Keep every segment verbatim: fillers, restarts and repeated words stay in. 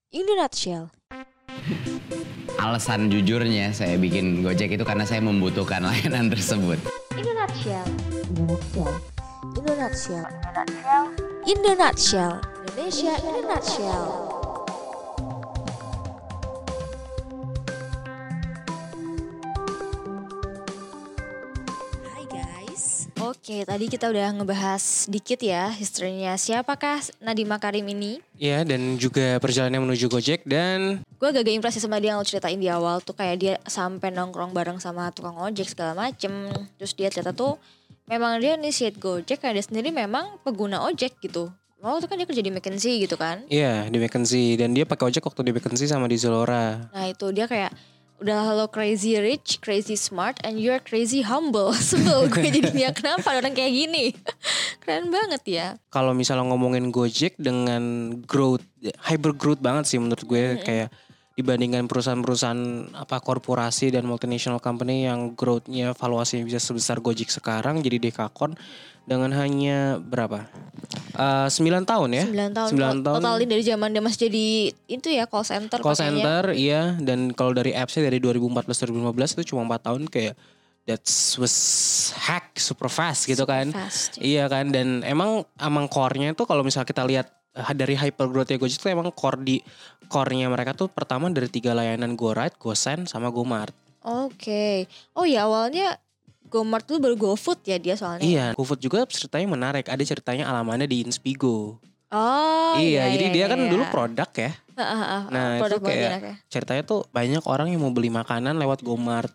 In a nutshell. Alasan jujurnya saya bikin Gojek itu karena saya membutuhkan layanan tersebut. In a nutshell. In a nutshell. In a nutshell. In a nutshell. Indonesia in a nutshell. Hai guys. Oke, tadi kita udah ngebahas sedikit ya historinya siapakah Nadiem Makarim ini. Ya, dan juga perjalanan menuju Gojek. Dan Gue agak impresi sama dia yang lo ceritain di awal tuh, kayak dia sampai nongkrong bareng sama tukang ojek segala macem. Terus dia cerita tuh memang dia initiate Gojek karena dia sendiri memang pengguna ojek gitu. Waktu kan dia kerja di McKinsey gitu kan. iya, di McKinsey. Dan dia pakai ojek waktu di McKinsey sama di Zalora. Nah itu dia kayak udah lo crazy rich, crazy smart, and you're crazy humble. Sebel gue jadinya, kenapa ada orang kayak gini. Keren banget ya. Kalau misalnya ngomongin Gojek dengan growth, hyper growth banget sih menurut gue. Mm-hmm. Kayak dibandingkan perusahaan-perusahaan apa korporasi dan multinational company yang growth-nya valuasinya bisa sebesar Gojek sekarang, jadi Dekakon dengan hanya berapa? Uh, sembilan tahun ya? sembilan tahun. sembilan tahun. Totalin dari zaman dia masih jadi itu ya call center. Call pakainya. center, iya. Dan kalau dari apps-nya dari dua ribu empat belas dua ribu lima belas itu cuma empat tahun, kayak that was hack super fast gitu Super kan. fast, Iya kan, dan emang emang core-nya itu kalau misalnya kita lihat dari hyper growth ya Gojek itu emang core di core-nya mereka tuh pertama dari tiga layanan GoRide, GoSend sama GoMart. Oke. Oh ya awalnya GoMart dulu baru GoFood ya dia soalnya. Iya, GoFood juga ceritanya menarik. Ada ceritanya alamannya di Inspigo. Oh iya, iya, jadi iya, dia iya, kan iya. dulu produk ya. Nah produk itu kayak ya. ceritanya tuh banyak orang yang mau beli makanan lewat GoMart.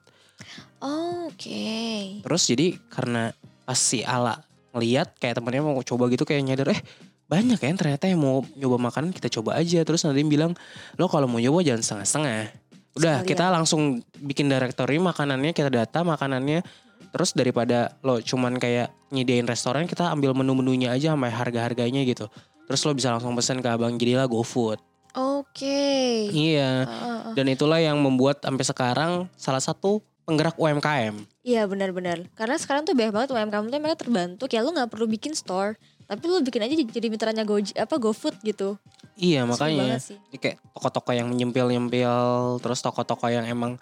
Oh, oke. Okay. Terus jadi karena pas si Ala ngeliat kayak temennya mau coba gitu, kayak nyadar eh banyak ya ternyata yang mau nyoba makanan, kita coba aja. Terus Nadiem bilang, lo kalau mau nyoba jangan setengah-setengah. Udah sekalian. Kita langsung bikin directory makanannya, kita data makanannya. Terus daripada lo cuman kayak nyediain restoran, kita ambil menu-menunya aja sampai harga-harganya gitu. Terus lo bisa langsung pesan ke abang, jadilah GoFood. Oke. Okay. Iya. Uh, uh. Dan itulah yang membuat sampai sekarang salah satu penggerak U M K M. Iya benar-benar. Karena sekarang tuh banyak banget U M K M tuh mereka terbantu. Kayak lo nggak perlu bikin store, tapi lo bikin aja jadi mitranya Go apa GoFood gitu. Iya makanya. Ini kayak toko-toko yang nyempil-nyempil, terus toko-toko yang emang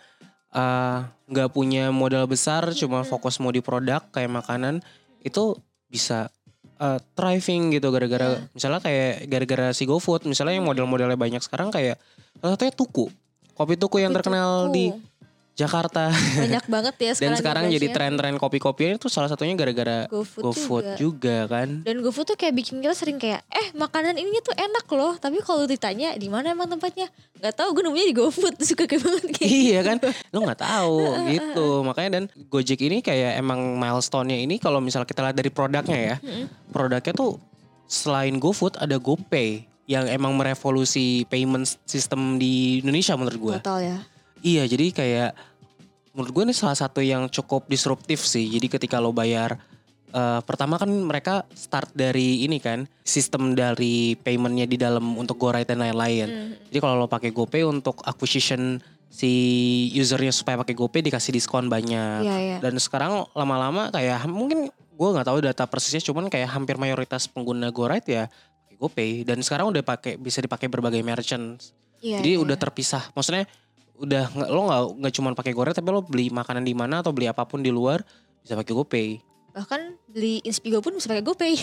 nggak uh, punya modal besar, hmm. cuma fokus mau di produk kayak makanan, itu bisa uh, thriving gitu gara-gara yeah. misalnya kayak gara-gara si GoFood, misalnya yang model-modelnya banyak sekarang kayak salah satunya Tuku, kopi Tuku yang kopi terkenal tuku. Di Jakarta. Banyak banget ya sekarang. Dan sekarang jadi tren-tren kopi-kopinya itu salah satunya gara-gara GoFood, GoFood juga. juga kan. Dan GoFood tuh kayak bikin kita sering kayak eh makanan ini tuh enak loh, tapi kalau ditanya di mana emang tempatnya, nggak tahu, gue nemunya di GoFood. Suka kayak banget kayak iya kan, lo nggak tahu gitu. Makanya dan Gojek ini kayak emang milestone-nya ini kalau misalnya kita lihat dari produknya ya, produknya tuh selain GoFood ada GoPay yang emang merevolusi payment system di Indonesia menurut gue. Total ya. Iya, jadi kayak menurut gue ini salah satu yang cukup disruptif sih. Jadi ketika lo bayar, uh, pertama kan mereka start dari ini kan, sistem dari paymentnya di dalam untuk GoRide dan lain-lain. Mm. Jadi kalau lo pakai GoPay untuk acquisition si usernya supaya pakai GoPay dikasih diskon banyak. Yeah, yeah. Dan sekarang lama-lama kayak mungkin gue nggak tahu data persisnya, cuman kayak hampir mayoritas pengguna GoRide ya pakai GoPay. Dan sekarang udah pakai bisa dipakai berbagai merchant. Yeah, jadi yeah. udah terpisah. Maksudnya udah lo nggak nggak cuma pakai GoRide, tapi lo beli makanan di mana atau beli apapun di luar bisa pakai GoPay. Bahkan beli Inspigo pun bisa pakai GoPay.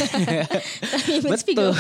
Betul,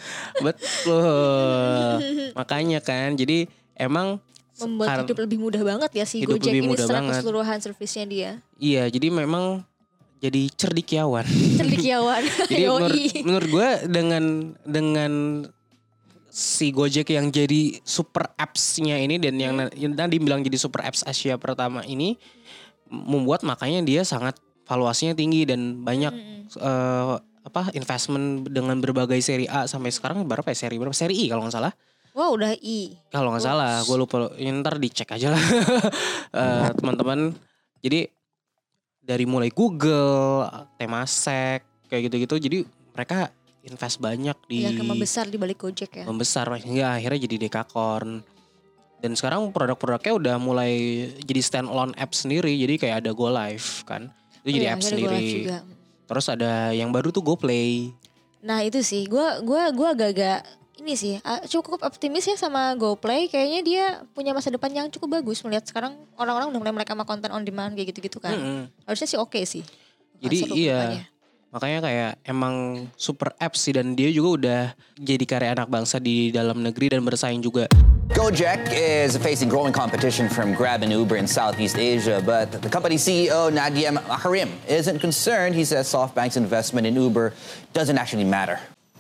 betul. Makanya kan, jadi emang membuat kar- hidup lebih mudah banget ya si Gojek ini secara banget. Keseluruhan servisnya dia. Iya, jadi memang jadi cerdikiawan. Cerdikiawan. Jadi menurut, menurut gue dengan dengan si Gojek yang jadi super apps-nya ini dan yang hmm. tadi bilang jadi super apps Asia pertama ini membuat makanya dia sangat valuasinya tinggi dan banyak hmm. uh, apa investment dengan berbagai seri A sampai sekarang berapa ya seri berapa seri I kalau nggak salah. Wah wow, udah I. Kalau nggak salah, gue lupa. Ntar dicek aja lah uh, teman-teman. Jadi dari mulai Google, Temasek kayak gitu-gitu, jadi mereka invest banyak di ya, membesar di balik Gojek ya. Membesar hingga akhirnya jadi Dekakon. Dan sekarang produk-produknya udah mulai jadi stand alone app sendiri. Jadi kayak ada Go Live kan. Itu oh jadi ya, app sendiri. Terus ada yang baru tuh GoPlay. Nah, itu sih gua gua gua agak-agak ini sih uh, cukup optimis ya sama GoPlay. Kayaknya dia punya masa depan yang cukup bagus. Melihat sekarang orang-orang udah mulai melek sama konten on demand kayak gitu-gitu kan. Mm-hmm. Harusnya sih oke okay sih. Jadi Seru iya kedepannya. makanya kayak emang super apps sih. Dan dia juga udah jadi karya anak bangsa di dalam negeri dan bersaing juga. Gojek is facing growing competition from Grab and Uber in Southeast Asia, but the company C E O Nadiem Harim isn't concerned. He says SoftBank's investment in Uber doesn't actually matter.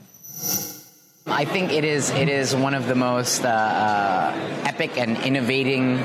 I think it is it is one of the most uh, uh, epic and innovating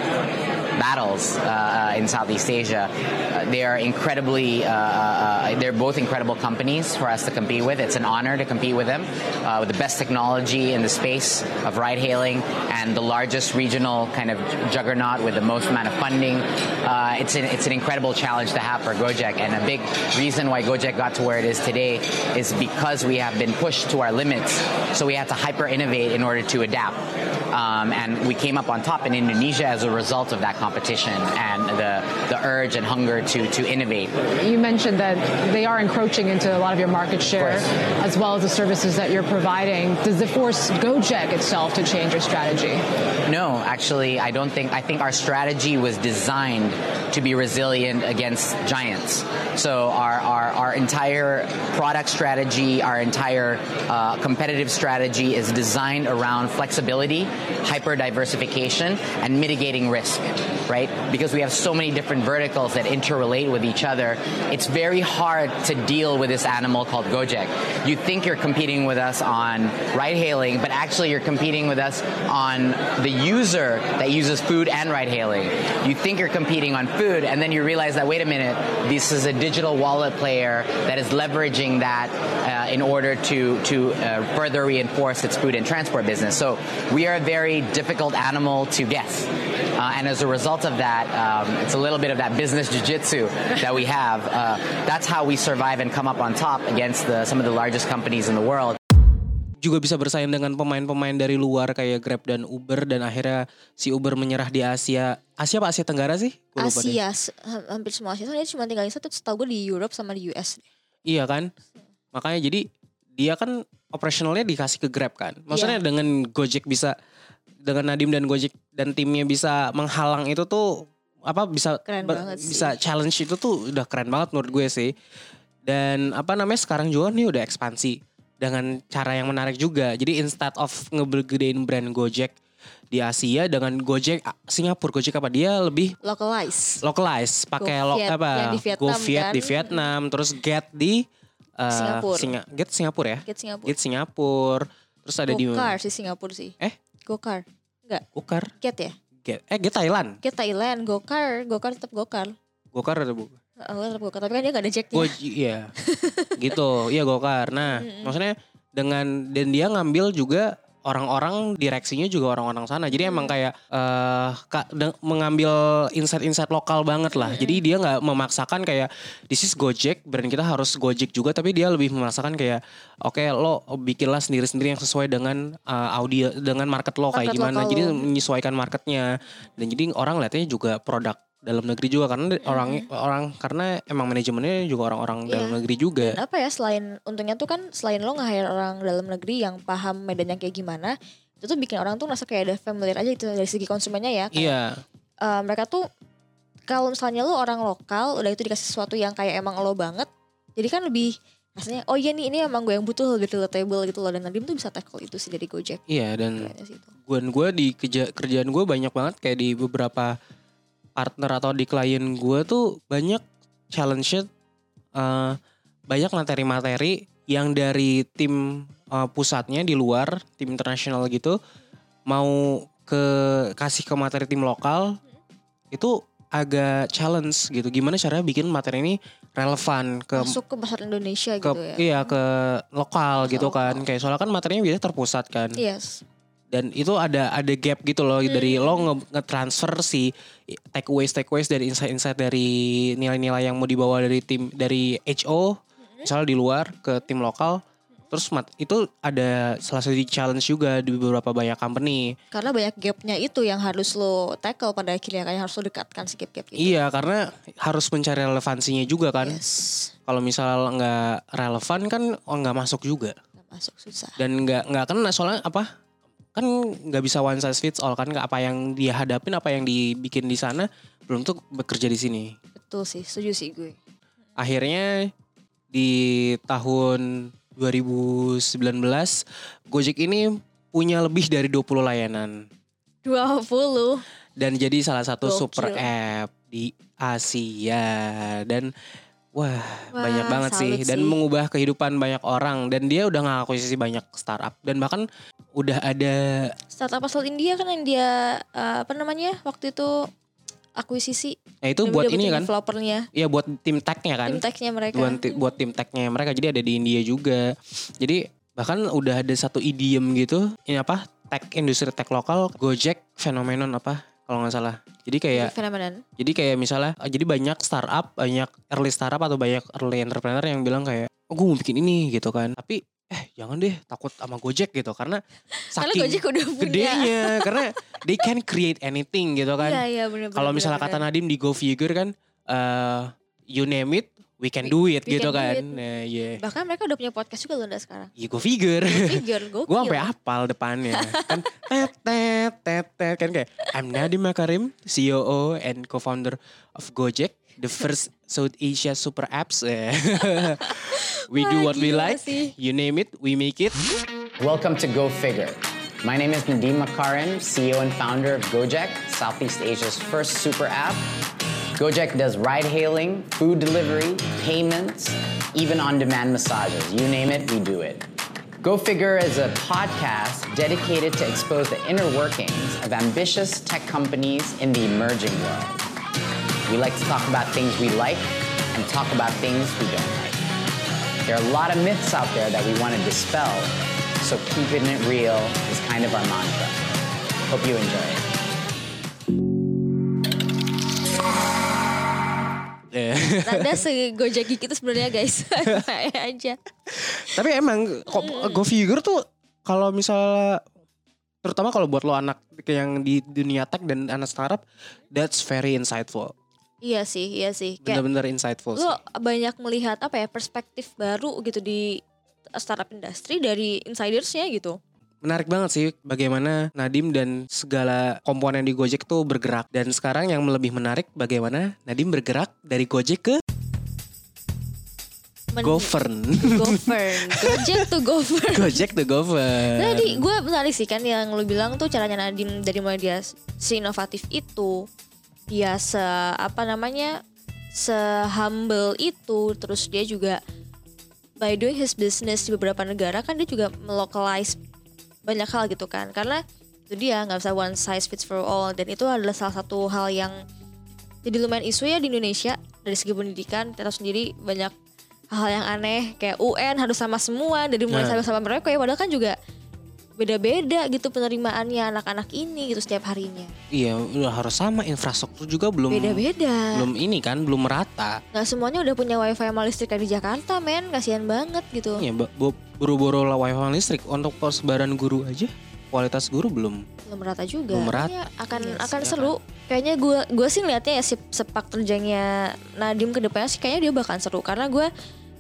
battles uh, in Southeast Asia. Uh, they are incredibly, uh, uh, they're both incredible companies for us to compete with. It's an honor to compete with them, uh, with the best technology in the space of ride-hailing and the largest regional kind of juggernaut with the most amount of funding. Uh, it's, an, it's an incredible challenge to have for Gojek, and a big reason why Gojek got to where it is today is because we have been pushed to our limits, so we had to hyper-innovate in order to adapt. Um, and we came up on top in Indonesia as a result of that competition and the, the urge and hunger to, to innovate. You mentioned that they are encroaching into a lot of your market share as well as the services that you're providing. Does it force Gojek itself to change your strategy? No, actually, I don't think. I think our strategy was designed to be resilient against giants. So our, our, our entire product strategy, our entire uh, competitive strategy is designed around flexibility, hyper diversification, and mitigating risk, right? Because we have so many different verticals that interrelate with each other, it's very hard to deal with this animal called Gojek. You think you're competing with us on ride-hailing, but actually you're competing with us on the user that uses food and ride-hailing. You think you're competing on food, and then you realize that, wait a minute, this is a digital wallet player that is leveraging that uh, in order to, to uh, further reinforce its food and transport business. So we are a very difficult animal to guess. Uh, and as a result of that, um, it's a little bit of that business jiu-jitsu that we have. Uh, that's how we survive and come up on top against the, some of the largest companies in the world. Juga bisa bersaing dengan pemain-pemain dari luar kayak Grab dan Uber, dan akhirnya si Uber menyerah di Asia. Asia apa Asia Tenggara sih? Gua lupa deh. Asia, hampir semua Asia. Soalnya dia cuma tinggal di satu, setahu gue di Europe sama di U S. Iya kan? Makanya jadi dia kan operationalnya dikasih ke Grab kan. Maksudnya Iya. dengan Gojek bisa, dengan Nadiem dan Gojek dan timnya bisa menghalang itu tuh apa bisa Keren ber- banget sih. bisa challenge itu tuh udah keren banget menurut gue sih. Dan apa namanya sekarang juga nih udah ekspansi dengan cara yang menarik juga. Jadi instead of ngegedein brand Gojek di Asia dengan Gojek Singapura, Gojek apa dia lebih Localize. localize pakai lo, GoViet apa yang di Vietnam GoViet kan. di Vietnam, terus Get di uh, Singapura. Singa, Get Singapura ya. Get Singapura. Get Singapura. Terus ada di Gokar sih Singapura sih. Eh? Gokar. Enggak, Gokar. Get ya? Get eh Get Thailand. Get Thailand, Gokar, Gokar tetap Gokar. Gokar ada bukan? Oh, tetap Gokar, tapi kan dia gak ada jacknya. Go iya. Gitu. Iya Gokar. Nah, maksudnya dengan dan dia ngambil juga orang-orang direksinya juga orang-orang sana. Jadi emang kayak eh ka- de- mengambil insight-insight lokal banget lah. Jadi dia nggak memaksakan kayak this is Gojek, brand kita harus Gojek juga, tapi dia lebih memaksakan kayak oke lo bikinlah sendiri-sendiri yang sesuai dengan uh, audio dengan market lo kayak Market gimana. lokal Jadi lo. menyesuaikan marketnya. Dan jadi orang lihatnya juga produk dalam negeri juga karena orang orang karena emang manajemennya juga orang-orang Iya. dalam negeri juga. Dan apa ya, selain untungnya tuh kan selain lo nge-hire orang dalam negeri yang paham medannya kayak gimana, itu tuh bikin orang tuh ngerasa kayak ada familiar aja itu dari segi konsumennya ya. Kayak, Iya. eh, mereka tuh kalau misalnya lo orang lokal udah itu dikasih sesuatu yang kayak emang lo banget, jadi kan lebih rasanya oh iya nih ini emang gue yang butuh, lebih relatable gitu loh. Dan Nadiem tuh bisa tackle itu sih dari Gojek. Iya dan Kayaknya sih itu. gue gue di kerja, kerjaan gue banyak banget kayak di beberapa partner atau di klien gue tuh banyak challenge-nya, eh, banyak materi-materi yang dari tim eh, pusatnya di luar, tim internasional gitu mau ke kasih ke materi tim lokal itu agak challenge gitu. Gimana caranya bikin materi ini relevan ke Masuk ke pasar Indonesia ke gitu ya. iya ke lokal gitu kan. lokal. Kayak soalnya kan materinya biasanya terpusat kan. Yes. Dan itu ada ada gap gitu loh dari lo nge- nge-transfer si takeaways takeaways dari insight-insight dari nilai-nilai yang mau dibawa dari tim dari H O misalnya di luar ke tim lokal. Terus mat, itu ada salah satu challenge juga di beberapa banyak company. Karena banyak gapnya itu yang harus lo tackle pada akhirnya, kayak harus lo dekatkan si gap-gap itu. Iya karena harus mencari relevansinya juga kan. Yes. Kalau misal nggak relevan kan oh, nggak masuk juga. Gak masuk susah. Dan nggak nggak kena soalnya apa? Kan nggak bisa one size fits all kan, nggak apa yang dia hadapin, apa yang dibikin di sana belum tuh bekerja di sini. Betul sih, setuju sih gue. Akhirnya di tahun dua ribu sembilan belas Gojek ini punya lebih dari dua puluh layanan. dua puluh Dan jadi salah satu Gokil. super app di Asia. Dan wah, Wah, banyak banget sih. salut Dan sih. mengubah kehidupan banyak orang. Dan dia udah ngakuisisi banyak startup. Dan bahkan udah ada, startup asal India kan yang dia uh, apa namanya waktu itu akuisisi. nah itu Dan buat dia ini bikin kan. developernya, Iya buat tim tech-nya kan. tim tech-nya mereka. Buat, ti- buat tim tech-nya mereka. Jadi ada di India juga. Jadi bahkan udah ada satu idiom gitu. Ini apa? Tech, industri tech lokal. Gojek phenomenon apa? Kalau nggak salah. Jadi kayak Fenomenon. Jadi kayak misalnya, jadi banyak startup, banyak early startup atau banyak early entrepreneur yang bilang kayak, oh gue mau bikin ini gitu kan. Tapi eh jangan deh, takut sama Gojek gitu. Karena Karena saking Gojek udah punya. gedenya. Karena they can create anything gitu kan. Iya iya benar. Kalau misalnya kata Nadim di Go Figure kan, uh, you name it, we can do it We gitu can do kan. it. Nah, yeah. Bahkan mereka udah punya podcast juga loh Nda sekarang. Ya Go Figure. Figure gokil. Gue sampai hafal depannya kan tet tet tet tet kan kayak I'm Nadiem Makarim, C O O and co-founder of Gojek, the first South Asia super apps. We do Wah, what we gila like, sih. you name it, we make it. Welcome to Go Figure. My name is Nadim Makarim, C E O and founder of Gojek, Southeast Asia's first super app. Gojek does ride-hailing, food delivery, payments, even on-demand massages. You name it, we do it. Go Figure is a podcast dedicated to expose the inner workings of ambitious tech companies in the emerging world. We like to talk about things we like and talk about things we don't like. There are a lot of myths out there that we want to dispel, so keeping it real is kind of our mantra. Hope you enjoy it. Nada se-Gojek itu sebenarnya guys. Kayak aja. Tapi emang kok Go Figure tuh kalau misalnya, terutama kalau buat lo anak yang di dunia tech dan anak startup, that's very insightful. Iya sih, iya sih. Kayak Bener-bener insightful sih. lo banyak melihat apa ya perspektif baru gitu di startup industri dari insidersnya gitu. Menarik banget sih bagaimana Nadim dan segala komponen di Gojek tuh bergerak. Dan sekarang yang lebih menarik bagaimana Nadim bergerak dari Gojek ke Men- Govern. Govern. Gojek tuh govern. Gojek to govern. Tadi gue menarik sih kan yang lu bilang tuh caranya Nadim dari mulai dia se-inovatif itu, dia se apa namanya se-humble itu, terus dia juga by doing his business di beberapa negara kan dia juga melocalize banyak hal gitu kan, karena itu dia nggak bisa one size fits for all, dan itu adalah salah satu hal yang jadi lumayan isu ya di Indonesia dari segi pendidikan. Kita tahu sendiri banyak hal yang aneh kayak U N harus sama semua dari mulai Nah. sama sama mereka ya, padahal kan juga beda-beda gitu penerimaannya anak-anak ini gitu setiap harinya. Iya, udah harus sama, infrastruktur juga belum Beda-beda. belum ini kan, belum merata. Nggak semuanya udah punya wifi sama listrik kayak di Jakarta men, kasihan banget gitu. Iya, ba- bo- buru-buru lah wifi dan listrik untuk persebaran guru aja. Kualitas guru belum. Belum merata juga. Belum merata. Kayaknya akan Iya, akan silakan. seru. Kayaknya gue gue sih ngeliatnya ya si- sepak terjangnya Nadim ke depannya sih kayaknya dia bakal seru, karena gue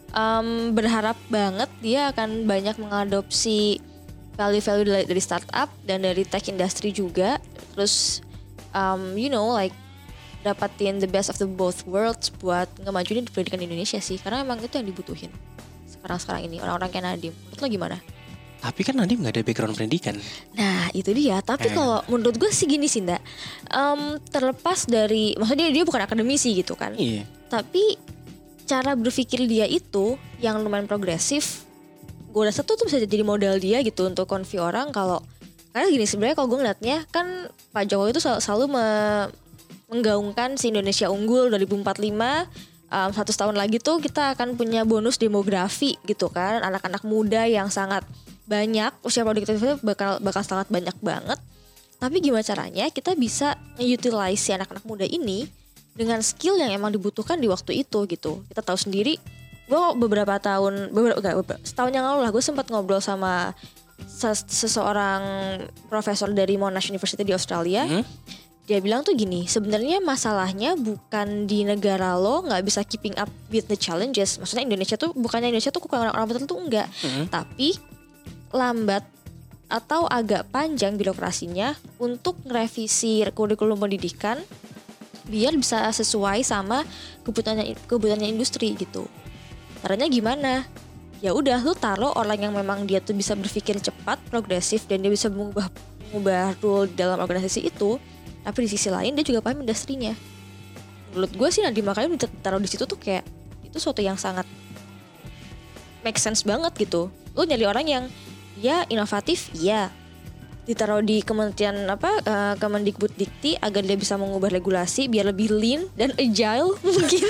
um, berharap banget dia akan banyak mengadopsi value-value dari, dari startup dan dari tech industry juga. Terus um, you know like dapatin the best of the both worlds buat ngemajuin pendidikan di Indonesia sih, karena emang itu yang dibutuhin sekarang-sekarang ini orang-orang kayak Nadim. Menurut lo gimana? Tapi kan Nadim gak ada background pendidikan. Nah itu dia. Tapi Eh. kalau menurut gue sih gini sih Nda, Em, terlepas dari, maksudnya dia, dia bukan akademisi gitu kan, Iya. tapi cara berpikir dia itu yang lumayan progresif. Gue rasa tuh, tuh bisa jadi modal dia gitu untuk konfi orang. Kalau karena gini sebenarnya kalau gue ngeliatnya kan Pak Jokowi itu selalu, selalu me- menggaungkan si Indonesia unggul dua ribu empat puluh lima. Um, seratus tahun lagi tuh kita akan punya bonus demografi gitu kan, anak-anak muda yang sangat banyak, usia produktifnya bakal bakal sangat banyak banget. Tapi gimana caranya kita bisa nge-utilize si anak-anak muda ini dengan skill yang emang dibutuhkan di waktu itu gitu. Kita tahu sendiri, gue beberapa tahun, beberapa, enggak, beberapa, setahun yang lalu lah gue sempat ngobrol sama ses- seseorang profesor dari Monash University di Australia. Hmm? Dia bilang tuh gini, sebenarnya masalahnya bukan di negara lo nggak bisa keeping up with the challenges. Maksudnya Indonesia tuh, bukannya Indonesia tuh kekurangan orang pintar tuh enggak. Hmm. Tapi lambat atau agak panjang birokrasinya untuk ngerevisi kurikulum pendidikan biar bisa sesuai sama kebutuhannya kebutuhannya industri gitu. Caranya gimana? Ya udah, lu taruh orang yang memang dia tuh bisa berpikir cepat, progresif, dan dia bisa mengubah mengubah rule dalam organisasi itu. Tapi di sisi lain dia juga paham industrinya. Menurut gue sih Nadiem Makarim ditaruh di situ tuh kayak itu suatu yang sangat make sense banget gitu. Lu nyari orang yang ya inovatif, iya. Ditaruh di kementerian apa uh, Kemendikbud Dikti agar dia bisa mengubah regulasi biar lebih lean dan agile mungkin.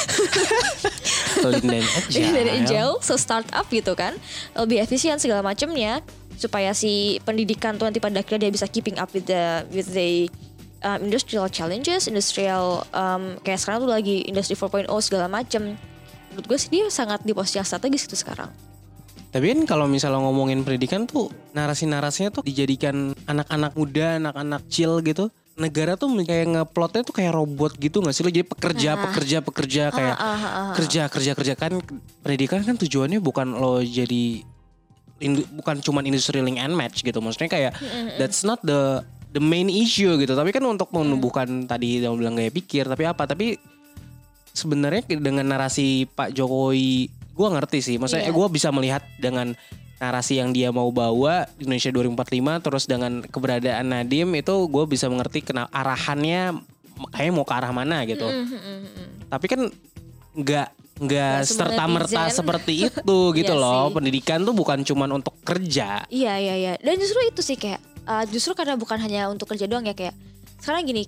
Lean dan agile. Lean dan agile, so startup gitu kan, lebih efisien segala macamnya supaya si pendidikan tuh nanti pada akhirnya dia bisa keeping up with the with the um, industrial challenges, industrial um, kayak sekarang tuh lagi industri four point oh segala macam. Menurut gue sih dia sangat di posisi yang strategis itu sekarang. Tapi kan kalau misalnya ngomongin pendidikan tuh narasi-narasinya tuh dijadikan anak-anak muda, anak-anak chill gitu. Negara tuh kayak ngeplotnya tuh kayak robot gitu gak sih lo? Jadi pekerja, nah. pekerja, pekerja kayak ah, ah, ah, ah. kerja, kerja, kerja kan. Pendidikan kan tujuannya bukan lo jadi indu, bukan cuman industri link and match gitu. Maksudnya kayak mm-hmm. that's not the the main issue gitu. Tapi kan untuk menumbuhkan mm. tadi yang bilang gaya pikir. Tapi apa? Tapi sebenarnya dengan narasi Pak Jokowi, gue ngerti sih. Maksudnya yeah. gue bisa melihat dengan narasi yang dia mau bawa di Indonesia dua ribu empat puluh lima terus dengan keberadaan Nadiem itu gue bisa mengerti kenal arahannya kayaknya mau ke arah mana gitu. Mm-hmm. Tapi kan nggak nggak serta merta seperti itu gitu loh. Sih. Pendidikan tuh bukan cuma untuk kerja. Iya iya iya. Dan justru itu sih kayak uh, justru karena bukan hanya untuk kerja doang ya, kayak sekarang gini.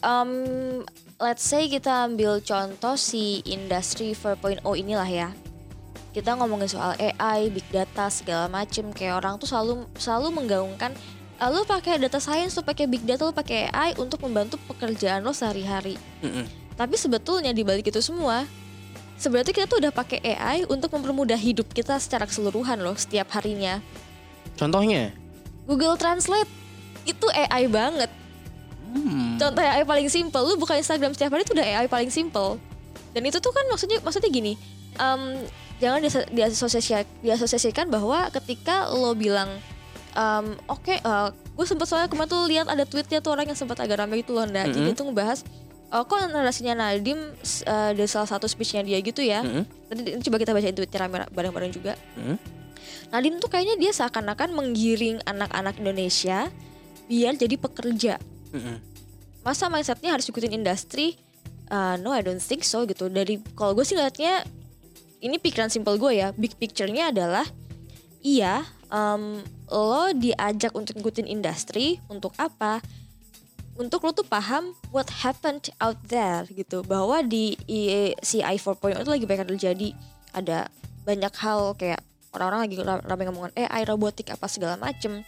Um, let's say kita ambil contoh si industri four point oh inilah ya. Kita ngomongin soal A I, big data segala macem, kayak orang tuh selalu selalu menggaungkan lu pakai data science, lu pakai big data, lu pakai A I untuk membantu pekerjaan lo sehari-hari. Mm-mm. Tapi sebetulnya di balik itu semua, sebenarnya kita tuh udah pakai A I untuk mempermudah hidup kita secara keseluruhan loh setiap harinya. Contohnya? Google Translate itu A I banget. Hmm. Contoh A I paling simple, lu buka Instagram setiap hari itu udah A I paling simple. Dan itu tuh kan maksudnya maksudnya gini. Um, jangan diasosiasikan, diasosiasikan bahwa ketika lo bilang um, oke okay, uh, gue sempat soalnya kemarin tuh lihat ada tweetnya tuh orang yang sempat agak ramai gitu loh, nah mm-hmm. jadi tuh ngebahas uh, kok narasinya Nadiem uh, dari salah satu speechnya dia gitu ya. Mm-hmm. Nanti coba kita bacain tweetnya rame bareng-bareng juga. Mm-hmm. Nadiem tuh kayaknya dia seakan-akan menggiring anak-anak Indonesia biar jadi pekerja. Mm-hmm. Masa mindsetnya harus ikutin industri? Uh, no, I don't think so gitu. Dari kalau gue sih ngeliatnya, ini pikiran simple gue ya, big picture-nya adalah iya, um, lo diajak untuk ngikutin industri untuk apa? Untuk lo tuh paham what happened out there gitu, bahwa di I, si A I four point oh itu lagi banyak terjadi, ada banyak hal kayak orang-orang lagi ramai ngomongin A I, robotik apa segala macem.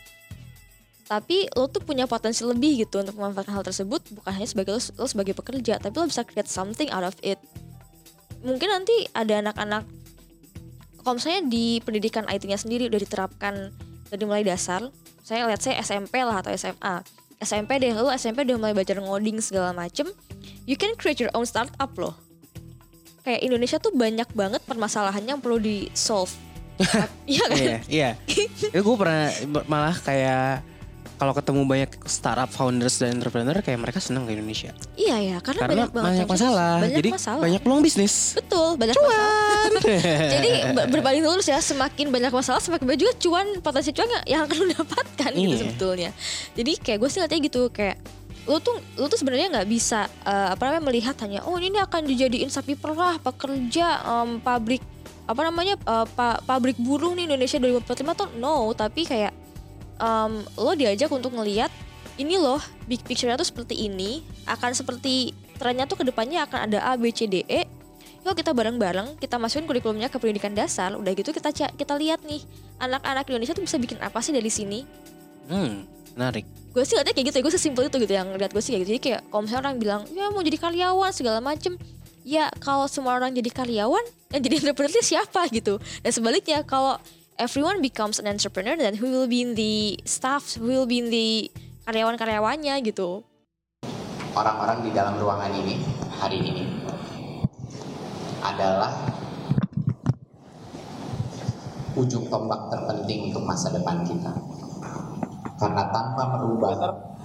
Tapi lo tuh punya potensi lebih gitu untuk memanfaatkan hal tersebut, bukan hanya sebagai lo, lo sebagai pekerja, tapi lo bisa create something out of it. Mungkin nanti ada anak-anak, kalau misalnya di pendidikan I T-nya sendiri udah diterapkan dari mulai dasar, saya lihat saya S M P lah atau S M A, S M P deh, lalu S M P udah mulai belajar ngoding segala macem, you can create your own startup loh. Kayak Indonesia tuh banyak banget permasalahannya yang perlu di solve. Iya kan? Iya, iya. Itu gue pernah malah kayak kalau ketemu banyak startup founders dan entrepreneur kayak mereka senang ke Indonesia. Iya ya, karena, karena banyak, banyak masalah. Banyak Jadi masalah. banyak peluang bisnis. Betul, banyak cuan. Masalah. Jadi berbanding lurus ya, semakin banyak masalah semakin banyak juga cuan, potensi cuan yang akan lu dapatkan iya. gitu sebetulnya. Jadi kayak gue sih ngeliatnya gitu, kayak lu tuh lu tuh sebenarnya nggak bisa uh, apa namanya melihat hanya oh ini akan dijadiin sapi perah pekerja um, pabrik apa namanya uh, pa, pabrik buruh nih Indonesia dua ribu empat puluh lima tuh no, tapi kayak Um, lo diajak untuk ngelihat ini loh big picture-nya tuh seperti ini, akan seperti trennya tuh kedepannya akan ada A, B, C, D, E. Yuk kita bareng-bareng kita masukin kurikulumnya ke pendidikan dasar. Udah gitu kita kita lihat nih anak-anak Indonesia tuh bisa bikin apa sih dari sini. Hmm, menarik. Gue sih liatnya kayak gitu ya, gue sesimpel itu gitu yang lihat gue sih kayak gitu. Jadi kayak kalau misalnya orang bilang ya mau jadi karyawan segala macem, ya kalau semua orang jadi karyawan yang jadi entrepreneur siapa gitu. Dan sebaliknya kalau everyone becomes an entrepreneur, then who will be in the staff, who will be in the karyawan-karyawannya gitu. Orang-orang di dalam ruangan ini hari ini adalah ujung tombak terpenting untuk masa depan kita. Karena tanpa merubah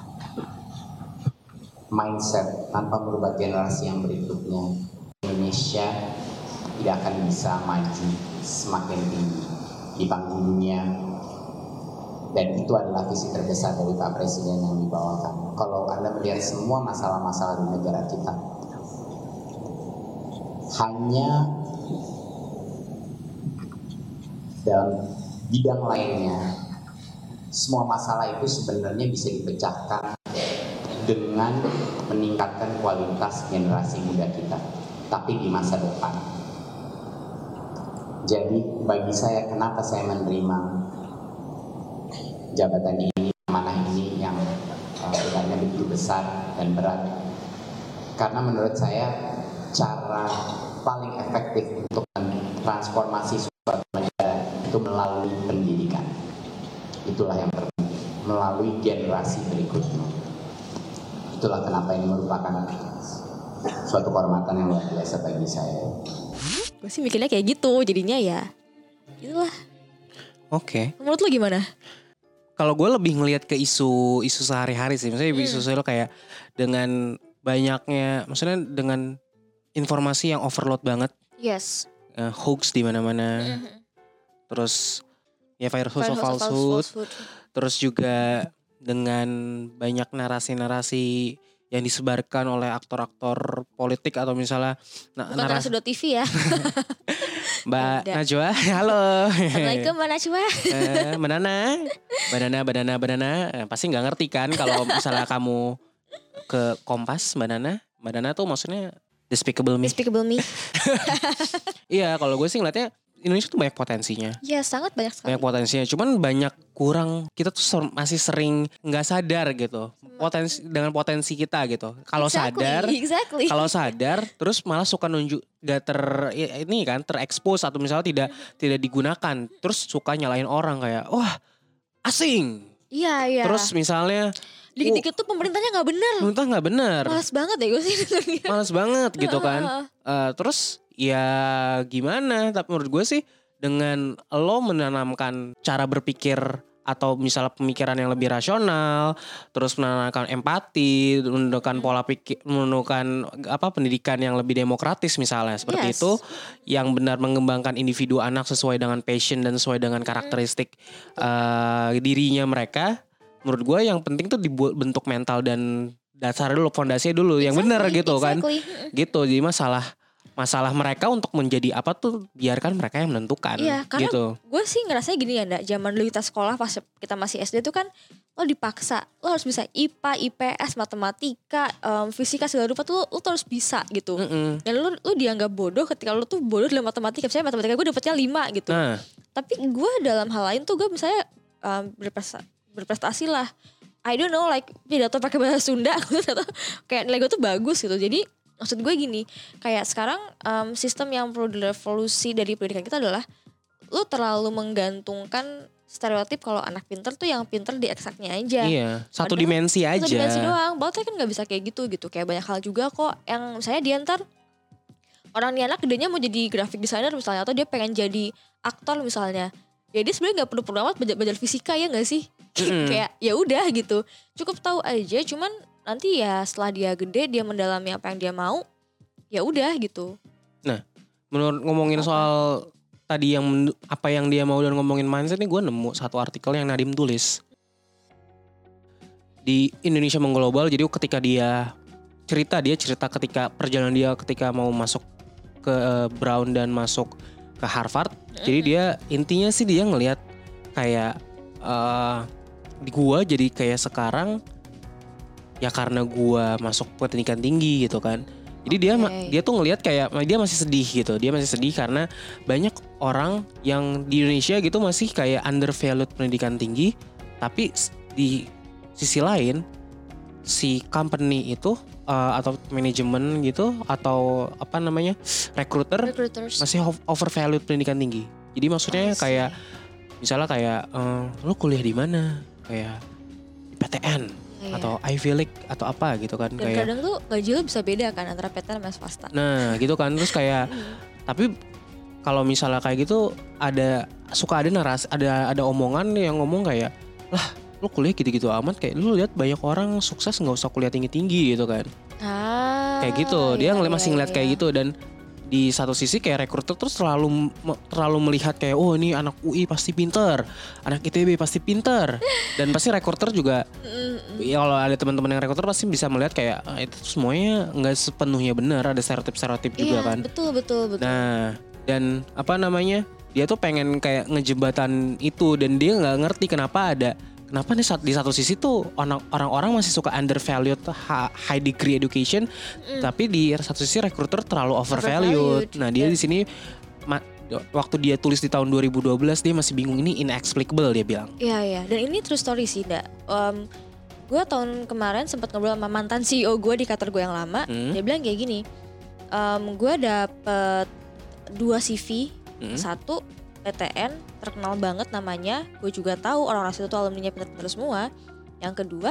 mindset, tanpa merubah generasi yang berikutnya, Indonesia tidak akan bisa maju semakin tinggi di panggung dunia. Dan itu adalah visi terbesar dari Pak Presiden yang dibawakan. Kalau Anda melihat semua masalah-masalah di negara kita, hanya dalam bidang lainnya, semua masalah itu sebenarnya bisa dipecahkan dengan meningkatkan kualitas generasi muda kita, tapi di masa depan. Jadi bagi saya, kenapa saya menerima jabatan ini, amanah ini yang sebenarnya uh, begitu besar dan berat? Karena menurut saya cara paling efektif untuk transformasi suatu negara itu melalui pendidikan. Itulah yang terpenting, melalui generasi berikutnya. Itulah kenapa ini merupakan suatu kehormatan yang luar biasa bagi saya. Gue sih mikirnya kayak gitu, jadinya ya itulah. Oke. Okay. Menurut lo gimana? Kalau gue lebih ngelihat ke isu isu sehari-hari sih, maksudnya hmm. isu lo kayak dengan banyaknya, maksudnya dengan informasi yang overload banget. Yes. Uh, hoax di mana-mana. Mm-hmm. Terus ya virus of falsehood. falsehood. Terus juga dengan banyak narasi-narasi yang disebarkan oleh aktor-aktor politik atau misalnya na- narasi T V ya. Mbak Najwa, halo. Assalamualaikum Mbak Najwa. eh, Mbak Nana, Mbak Nana, Mbak Nana, Mbak Nana. Eh, pasti nggak ngerti kan kalau misalnya kamu ke Kompas, Mbak Nana. Mbak Nana tuh maksudnya Despicable Me. Despicable Me. Iya, kalau gue sih ngeliatnya Indonesia tuh banyak potensinya. Iya, sangat banyak sekali. Banyak potensinya, cuman banyak kurang. Kita tuh ser- masih sering nggak sadar gitu. Potensi dengan potensi kita gitu. Kalau exactly, sadar, exactly. kalau sadar, terus malah suka nunjuk gak ter ini kan terekspos atau misalnya tidak tidak digunakan. Terus suka nyalain orang kayak, wah asing. Iya iya. Terus misalnya dikit-dikit tuh pemerintahnya nggak benar. Pemerintah nggak benar. Malas banget ya gue sih. Malas banget gitu kan. Uh, terus ya gimana? Tapi menurut gue sih dengan lo menanamkan cara berpikir atau misalnya pemikiran yang lebih rasional, terus menanamkan empati, menunjukkan pola pikir, menunjukkan apa pendidikan yang lebih demokratis misalnya seperti yes. itu, yang benar mengembangkan individu anak sesuai dengan passion dan sesuai dengan karakteristik mm. uh, dirinya mereka. Menurut gue yang penting tuh dibuat bentuk mental dan dasar dulu, fondasinya dulu exactly, yang benar gitu exactly. kan, gitu. Jadi masalah masalah mereka untuk menjadi apa tuh biarkan mereka yang menentukan. Iya, karena gitu. Gue sih ngerasanya gini ya, Nda, zaman dulu kita sekolah pas kita masih S D tuh kan lo dipaksa, lo harus bisa I P A, I P S, matematika, um, fisika segala rupa tuh lo, lo tuh harus bisa gitu. Mm-mm. Dan lo lo dianggap bodoh ketika lo tuh bodoh dalam matematika. Misalnya matematika gue dapetnya lima gitu. Nah. Tapi gue dalam hal lain tuh gue misalnya um, berprestasi, berprestasi lah. I don't know like pidato pakai bahasa Sunda, kayak nilai gue tuh bagus gitu. Jadi maksud gue gini, kayak sekarang um, sistem yang perlu direvolusi dari pendidikan kita adalah lu terlalu menggantungkan stereotip kalau anak pinter tuh yang pinter di eksaknya aja. Iya, satu Padahal, dimensi aja. Satu dimensi doang. Bahkan kan gak bisa kayak gitu gitu. Kayak banyak hal juga kok yang misalnya dia ntar orang nih anak gedenya mau jadi graphic designer misalnya, atau dia pengen jadi aktor misalnya. Ya dia sebenarnya nggak perlu amat belajar, belajar fisika ya nggak sih? Mm. Kayak ya udah gitu. Cukup tahu aja, cuman nanti ya setelah dia gede dia mendalami apa yang dia mau, ya udah gitu. Nah, menurut ngomongin apa? Soal tadi yang apa yang dia mau dan ngomongin mindset nih, gue nemu satu artikel yang Nadiem tulis di Indonesia Mengglobal. Jadi ketika dia cerita dia cerita ketika perjalanan dia ketika mau masuk ke Brown dan masuk ke Harvard. Mm-hmm. Jadi dia intinya sih dia ngelihat kayak uh, di gue jadi kayak sekarang. Ya karena gue masuk pendidikan tinggi gitu kan. Jadi okay. dia dia tuh ngelihat kayak dia masih sedih gitu. Dia masih sedih karena banyak orang yang di Indonesia gitu masih kayak undervalued pendidikan tinggi. Tapi di sisi lain si company itu uh, atau manajemen gitu atau apa namanya recruiter Recruiters. masih overvalued pendidikan tinggi. Jadi maksudnya oh, kayak misalnya kayak uh, lo kuliah di mana? Kayak P T N. Iya. Atau Ivy League atau apa gitu kan. Dan kayak kadang tuh gaji lo bisa beda kan antara P T N sama swasta. Nah gitu kan. Terus kayak tapi kalau misalnya kayak gitu ada suka ada narasi, ada ada omongan yang ngomong kayak, lah lu kuliah gitu-gitu amat, kayak lu lihat banyak orang sukses nggak usah kuliah tinggi-tinggi gitu kan. Ah, Kayak gitu, dia iya, ngeliat masih iya, ngeliat iya. kayak gitu. Dan di satu sisi kayak rekruter terus terlalu terlalu melihat kayak, oh ini anak U I pasti pinter, anak I T B pasti pinter. Dan pasti rekruter juga, ya kalau ada teman-teman yang rekruter pasti bisa melihat kayak, ah, itu semuanya nggak sepenuhnya benar, ada stereotip-stereotip juga Iya, kan. betul betul betul. Nah, dan apa namanya, dia tuh pengen kayak ngejembatan itu, dan dia nggak ngerti kenapa ada, kenapa nih di satu sisi tuh orang- orang-orang masih suka undervalued high degree education, mm. tapi di satu sisi recruiter terlalu overvalued. Overvalued, Nah dia yeah. di sini ma- waktu dia tulis di tahun dua ribu dua belas dia masih bingung, ini inexplicable dia bilang. Iya iya, dan ini true story sih, Nda. Um, gue tahun kemarin sempat ngobrol sama mantan C E O gue di kantor gue yang lama. Hmm. Dia bilang kayak gini, um, gue dapet dua C V, Hmm. satu P T N terkenal banget namanya, gue juga tahu orang-orang situ tuh alumninya pintar-pintar semua. Yang kedua,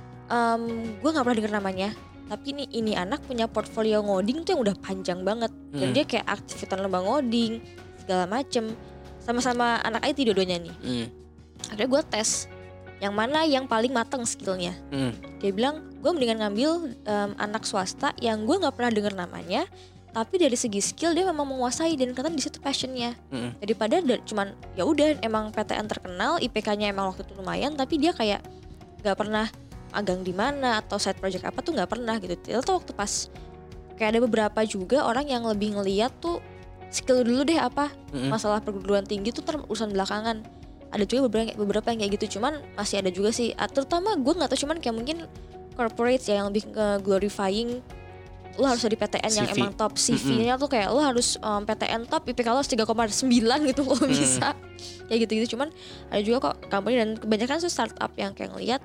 um, gue nggak pernah denger namanya, tapi ini ini anak punya portfolio ngoding tuh yang udah panjang banget, dan Hmm. dia kayak aktif ikutan lomba ngoding segala macem, sama-sama anak I T dua-duanya nih. Hmm. Akhirnya gue tes yang mana yang paling mateng skillnya. Hmm. Dia bilang gue mendingan ngambil um, anak swasta yang gue nggak pernah denger namanya, tapi dari segi skill dia memang menguasai dan kelihatan di situ passionnya. Hmm. Daripada da- cuman ya udah emang P T N terkenal, I P K-nya emang waktu itu lumayan, tapi dia kayak nggak pernah magang di mana atau side project apa tuh nggak pernah gitu. Itu tuh waktu pas kayak ada beberapa juga orang yang lebih ngeliat tuh skill dulu deh apa, Hmm. masalah perguruan tinggi tuh ter urusan belakangan. Ada juga beberapa beberapa yang kayak gitu, cuman masih ada juga sih. Ah, terutama gue nggak tahu, cuman kayak mungkin corporate ya yang lebih ke glorifying lo harus di P T N yang C V. emang top, C V-nya tuh kayak lo harus um, P T N top, I P K lo harus tiga koma sembilan gitu kalau bisa. Kayak gitu-gitu, cuman ada juga kok company dan kebanyakan tuh startup yang kayak ngeliat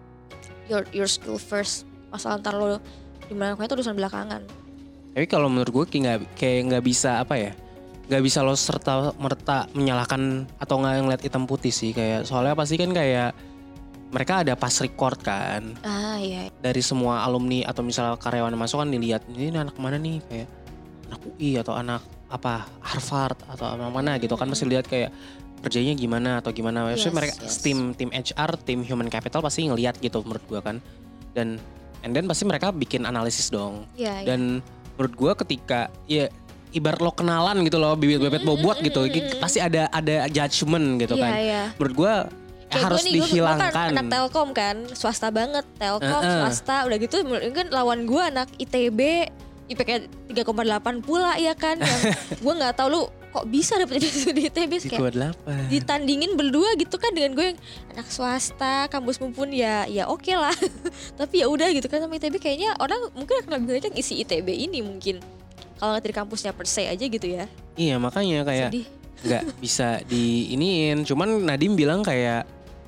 your your skill first, masalah ntar lo dimana itu urusan belakangan. Tapi kalau menurut gue kayak nggak kayak nggak bisa apa ya, nggak bisa lo serta merta menyalahkan atau nggak ngeliat hitam putih sih, kayak soalnya pasti kan kayak mereka ada pas record kan. Ah iya. Dari semua alumni atau misalnya karyawan yang masuk kan dilihat, ini anak mana nih, kayak anak U I atau anak apa Harvard atau anak mana gitu kan, pasti lihat kayak kerjanya gimana atau gimana. Yes, Maksudnya mereka yes. tim tim H R, tim human capital pasti ngelihat gitu menurut gua kan. Dan and then pasti mereka bikin analisis dong. Iya, iya. Dan menurut gua ketika ya ibarat lo kenalan gitu loh, bibit-bibit bobot gitu, gitu, pasti ada ada judgement gitu Iya, kan. iya. Menurut gua Kayak harus gue nih, gue- gue dihilangkan. kan anak Telkom kan, swasta banget, Telkom Uh-uh. swasta, udah gitu kan lawan gue anak I T B, I P K tiga koma delapan pula ya kan, yang gue nggak tahu lu kok bisa dapet di I T B, kayak delapan. ditandingin berdua gitu kan dengan gue yang anak swasta, kampus mumpun ya ya oke lah, tapi ya udah gitu kan sama I T B, kayaknya orang mungkin akan lebih banyak yang isi I T B ini mungkin kalau nggak dari kampusnya per se aja gitu ya. Iya makanya kayak Sedih. nggak bisa diiniin. Cuman Nadiem bilang kayak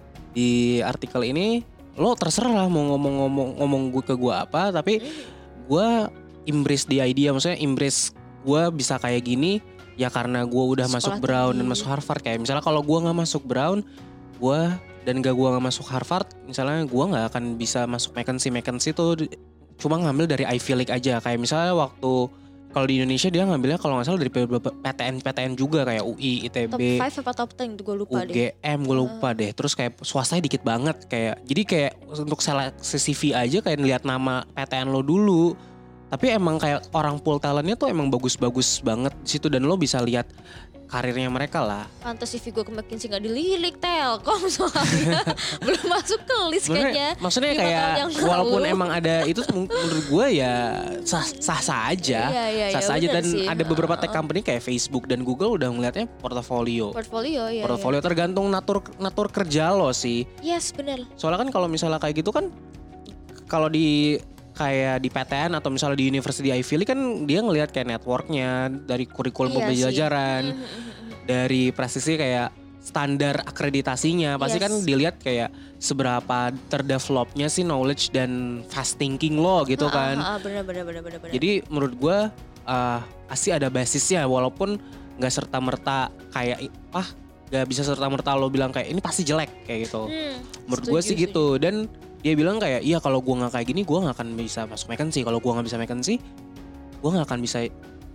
di artikel ini, lo terserah lah mau ngomong-ngomong ngomong gue ke gue apa, tapi gue embrace the idea, maksudnya embrace gue bisa kayak gini ya karena gue udah Sekolah masuk Brown tinggi. dan masuk Harvard. Kayak misalnya kalau gue nggak masuk Brown, gue dan gak gue nggak masuk Harvard, misalnya gue nggak akan bisa masuk McKinsey. McKinsey tuh cuma ngambil dari Ivy League aja. Kayak misalnya waktu kalau di Indonesia dia ngambilnya kalau nggak salah dari P T N P T N juga, kayak U I, I T Top B, lima apa top sepuluh gue lupa deh. U G M, gue lupa deh. Terus kayak swastanya dikit banget, kayak jadi kayak untuk seleksi C V aja kayak ngeliat nama P T N lo dulu. Tapi emang kayak orang pool talentnya tuh emang bagus-bagus banget di situ, dan lo bisa lihat karirnya mereka lah. Pantes C V gue ke McKinsey gak dilirik Telkom soalnya belum masuk ke list kayaknya. Maksudnya lima kayak tahun yang lalu. walaupun emang ada itu menurut gue ya sah sah sah aja, Iya, iya, sah iya, sah aja. bener Dan sih. ada beberapa tech Heeh. company kayak Facebook dan Google udah ngeliatnya portofolio. Portfolio ya. Portofolio tergantung natur natur kerja lo sih. Yes bener. Soalnya kan kalau misalnya kayak gitu kan, kalau di kayak di P T N atau misalnya di University Ivy League kan dia ngelihat kayak networknya, dari kurikulum Iya sih. pembelajaran, Hmm, hmm, hmm, hmm. dari prestasi kayak standar akreditasinya. Pasti Yes. kan dilihat kayak seberapa terdevelopnya sih knowledge dan fast thinking lo gitu Ah, kan. ah, ah, bener bener bener bener. bener. Jadi menurut gue uh, pasti ada basisnya, walaupun nggak serta merta kayak ah nggak bisa serta merta lo bilang kayak ini pasti jelek kayak gitu. Hmm, Menurut gue setuju, sih setuju. gitu. Dan dia bilang kayak iya kalau gue nggak kayak gini gue nggak akan bisa masuk McKinsey. Kalau gue nggak bisa McKinsey, gue nggak akan bisa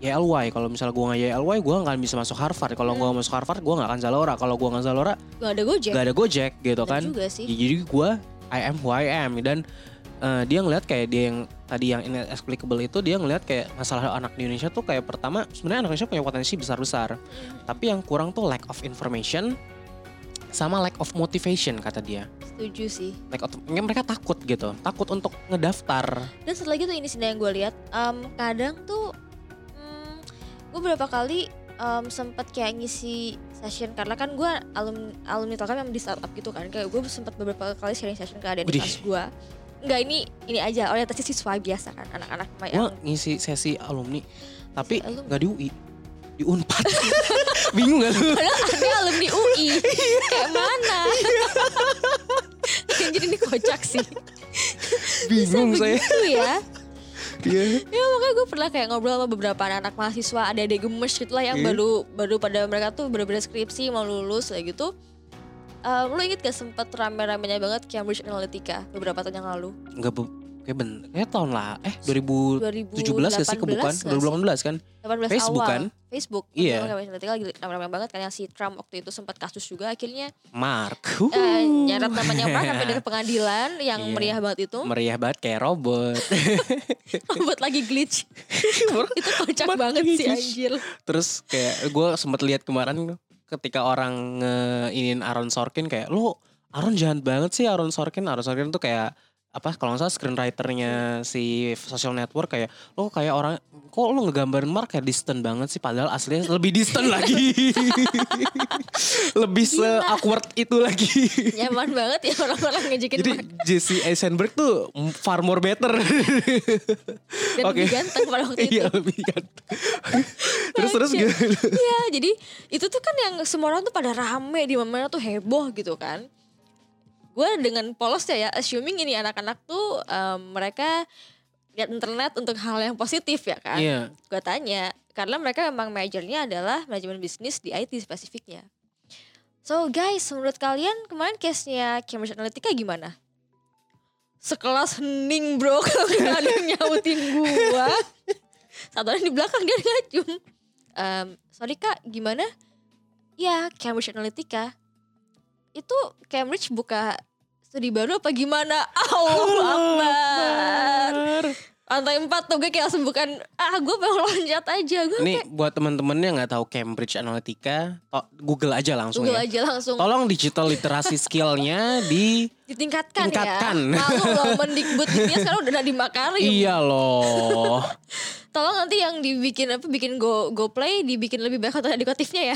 Y L Y. Kalau misalnya gue nggak Y L Y, gue nggak bisa masuk Harvard. Kalau gue masuk Harvard, gue nggak akan Zalora. Kalau gue nggak Zalora, Gak ada Gojek. nggak ada Gojek gitu Bener kan. juga sih. Ya, jadi gue I am who I am. Dan uh, dia ngeliat kayak dia yang tadi yang inexplicable itu, dia ngeliat kayak masalah anak di Indonesia tuh kayak pertama sebenarnya anak Indonesia punya potensi besar-besar. Hmm. Tapi yang kurang tuh lack of information sama lack of motivation kata dia. Setuju sih. Lack of, mereka takut gitu, takut untuk ngedaftar. Dan satu lagi tuh ini sih yang gue lihat, um, kadang tuh um, gue beberapa kali um, sempat kayak ngisi session karena kan gue alum alumni Telkom yang di startup gitu kan, kayak gue sempat beberapa kali sharing session ke adik kelas gue. Enggak, ini ini aja orientasi siswa biasa kan, anak-anak Gue yang ngisi sesi alumni, tapi alumni. nggak di U I, di Unpad. Bingung gak lu? Padahal ada alumni U I. Kayak mana? Jadi ini kocak sih. Bingung Bisa saya. begitu ya. Iya. Ya makanya gue pernah kayak ngobrol sama beberapa anak-anak mahasiswa, adik-adik gemes gitu lah yang Iya. baru baru pada mereka tuh bener-bener skripsi mau lulus kayak gitu. Um, lo inget gak sempet rame-ramenya banget Cambridge Analytica beberapa tahun yang lalu? Enggak, kayak ben, kayak tahun lah. Eh dua ribu tujuh belas gak sih kebukan? delapan belas dua ribu delapan belas kan? delapan belas Facebook awal. kan? Facebook. Iya. Cambridge Analytica lagi rame-rame banget kan, yang si Trump waktu itu sempat kasus juga akhirnya Mark. uh, nyarat namanya Mark sampai dari pengadilan yang Iya. meriah banget itu. Meriah banget kayak robot. Robot lagi glitch. Itu kocak Mark banget lagi sih glitch. anjir. Terus kayak gue sempet lihat kemarin ketika orang nge-inin Aaron Sorkin kayak, lu Aaron jahat banget sih Aaron Sorkin. Aaron Sorkin tuh kayak apa, kalau nggak salah screenwriternya si Social Network, kayak lo kayak orang, kok lo ngegambarin Mark kayak distant banget sih, padahal aslinya lebih distant lagi. Lebih se-awkward itu lagi. Nyaman banget ya orang-orang ngejekin Jadi Mark. Jesse Eisenberg tuh far more better. Dan Oke. lebih ganteng pada waktu itu. Iya, lebih ganteng. terus terus gitu. Iya, jadi itu tuh kan yang semua orang tuh pada rame, di mana tuh heboh gitu kan. Gue dengan polosnya ya, assuming ini anak-anak tuh um, mereka lihat internet untuk hal yang positif ya kan. Iya. Gue tanya, karena mereka memang majornya adalah manajemen bisnis di I T spesifiknya. So guys, menurut kalian kemarin case-nya Cambridge Analytica gimana? Sekelas hening bro, kalau gak ada yang nyautin gue. Satu orang di belakang dia ngacung. Um, sorry kak, gimana? Ya, Cambridge Analytica itu Cambridge buka studi baru apa gimana? Allahu Akbar. Lantai empat tuh gue kayak langsung bukan, ah gue pengen loncat aja. Gue Nih kayak buat temen-temen yang gak tahu Cambridge Analytica, to- Google aja langsung Google ya. aja langsung. Tolong digital literasi skillnya di Ditingkatkan, tingkatkan. ya. Malu loh Mendikbud dunia sekarang udah Nadiem Makarim. Iya loh. Tolong nanti yang dibikin apa, bikin Go Go Play dibikin lebih banyak konten edukatifnya ya.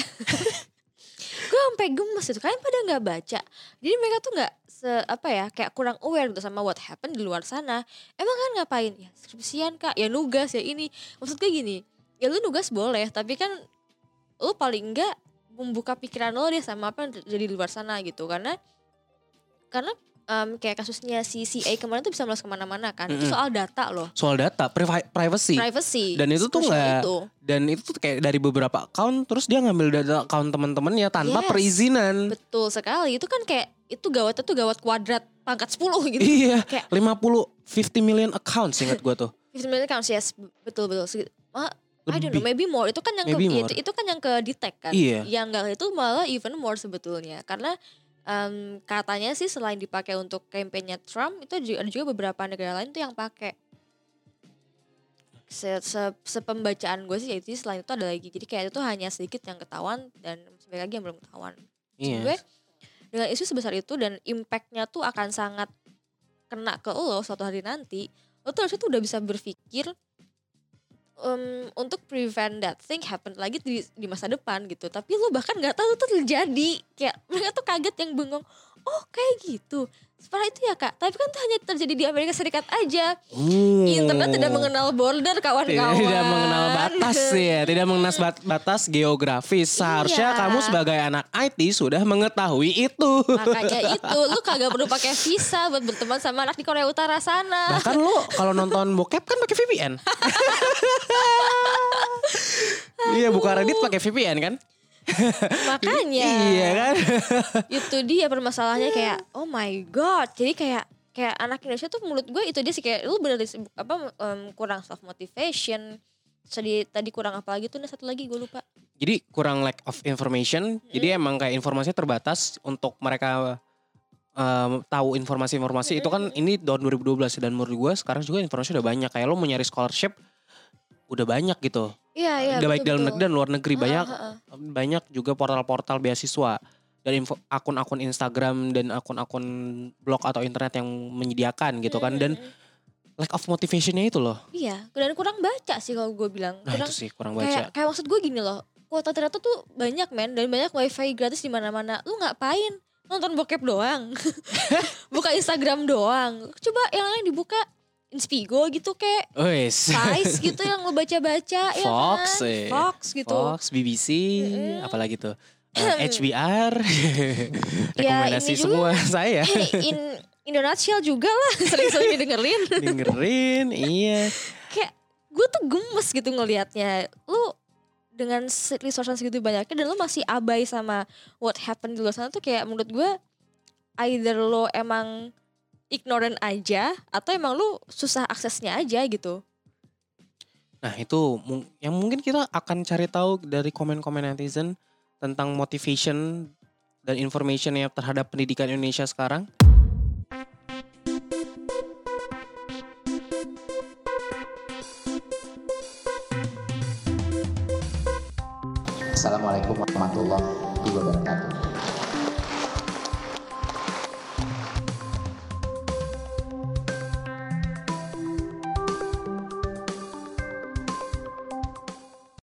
Gue sampai gemes itu, kalian pada nggak baca. Jadi mereka tuh nggak se apa ya, kayak kurang aware gitu sama what happened di luar sana. Emang kan ngapain ya, skripsian kak, ya nugas ya ini. Maksud gue gini, ya lu nugas boleh, tapi kan lu paling enggak membuka pikiran lo deh sama apa yang terjadi di luar sana gitu. Karena karena um, kayak kasusnya si C A kemarin tuh bisa masuk kemana-mana kan. Itu soal data loh. Soal data, privi- privacy. Privacy. Dan itu tuh Crucial nggak, itu. dan itu tuh kayak dari beberapa account, terus dia ngambil data account teman-temannya tanpa Yes. perizinan. Betul sekali. Itu kan kayak itu gawatnya tuh gawat kuadrat pangkat sepuluh gitu. Iya, Kayak lima puluh, lima puluh million accounts ingat gue tuh. fifty million accounts, yes, betul betul. Segi- ah, I don't Lebih. know, maybe more. Itu kan yang ke, Maybe more. itu, itu kan yang ke detect kan. Iya. Yang enggak itu malah even more sebetulnya. Karena um, katanya sih selain dipakai untuk kampanye Trump, itu juga ada juga beberapa negara lain tuh yang pakai. Se, se, sepembacaan gue sih ya itu selain itu ada lagi. Jadi kayak itu hanya sedikit yang ketahuan dan sebagai lagi yang belum ketahuan. Iya. Gue dengan isu sebesar itu dan impactnya tuh akan sangat kena ke lo suatu hari nanti, lo tuh harusnya tuh udah bisa berpikir um, untuk prevent that thing happen lagi di, di masa depan gitu. Tapi lo bahkan nggak tahu itu terjadi, kayak mereka tuh kaget yang bengong, oh kayak gitu. Separah itu ya kak, tapi kan itu hanya terjadi di Amerika Serikat aja. Uh. Internet tidak mengenal border kawan-kawan. Tidak mengenal batas ya, tidak mengenal bat- batas geografis. Seharusnya Iya. kamu sebagai anak I T sudah mengetahui itu. Makanya itu, lu kagak perlu pakai visa buat berteman sama anak di Korea Utara sana. Bahkan lo kalau nonton bokep kan pakai V P N. Iya, buka Reddit pakai V P N kan? Makanya Iya kan? itu dia permasalahannya, kayak oh my god. Jadi kayak kayak anak Indonesia tuh menurut gue itu dia sih, kayak lu bener apa um, kurang self motivation, Tadi tadi kurang apa lagi tuh nih satu lagi gue lupa. Jadi kurang lack of information. Mm. Jadi emang kayak informasinya terbatas untuk mereka um, tahu informasi-informasi. Mm. Itu kan ini tahun dua ribu dua belas dan menurut gue sekarang juga informasi udah banyak. Kayak lo mau nyari scholarship udah banyak gitu. Iya iya. Udah baik dalam negeri dan luar negeri. Banyak ha, ha, ha. banyak juga portal-portal beasiswa dan info, akun-akun Instagram dan akun-akun blog atau internet yang menyediakan gitu kan. Dan lack of motivationnya itu loh. Iya, dan kurang baca sih kalau gue bilang. Nah kurang, itu sih kurang baca. Kayak, kayak maksud gue gini loh, kuota ternyata tuh banyak men, dan banyak wifi gratis di mana-mana. Lu ngapain? Nonton bokep doang, buka Instagram doang. Coba yang lain dibuka Inspigo gitu kayak, Vice gitu yang lo baca-baca. Fox, ya kan? eh. Fox gitu. Fox, B B C, mm-hmm. apalagi tuh uh, H B R, rekomendasi ya, semua juga, saya. In Indonesia juga lah, sering-sering dengerin. Dengerin, iya. Kayak gue tuh gemes gitu ngelihatnya. Lu dengan resource segitu banyaknya dan lu masih abai sama what happened di luar sana tuh kayak menurut gue either lo emang ignorant aja atau emang lu susah aksesnya aja gitu. Nah itu yang mungkin kita akan cari tahu dari komen-komen netizen tentang motivation dan information yang terhadap pendidikan Indonesia sekarang. Assalamualaikum warahmatullahi wabarakatuh.